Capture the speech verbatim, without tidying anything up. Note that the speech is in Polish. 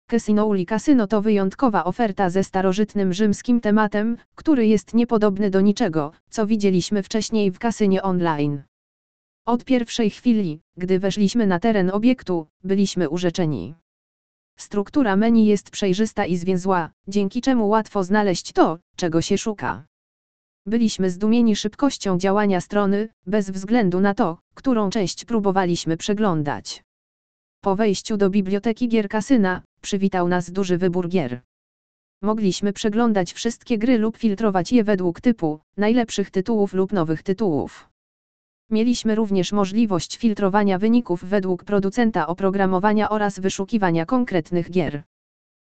Casinouli Casino to wyjątkowa oferta ze starożytnym rzymskim tematem, który jest niepodobny do niczego, co widzieliśmy wcześniej w kasynie online. Od pierwszej chwili, gdy weszliśmy na teren obiektu, byliśmy urzeczeni. Struktura menu jest przejrzysta i zwięzła, dzięki czemu łatwo znaleźć to, czego się szuka. Byliśmy zdumieni szybkością działania strony, bez względu na to, którą część próbowaliśmy przeglądać. Po wejściu do biblioteki gier kasyna, przywitał nas duży wybór gier. Mogliśmy przeglądać wszystkie gry lub filtrować je według typu, najlepszych tytułów lub nowych tytułów. Mieliśmy również możliwość filtrowania wyników według producenta oprogramowania oraz wyszukiwania konkretnych gier.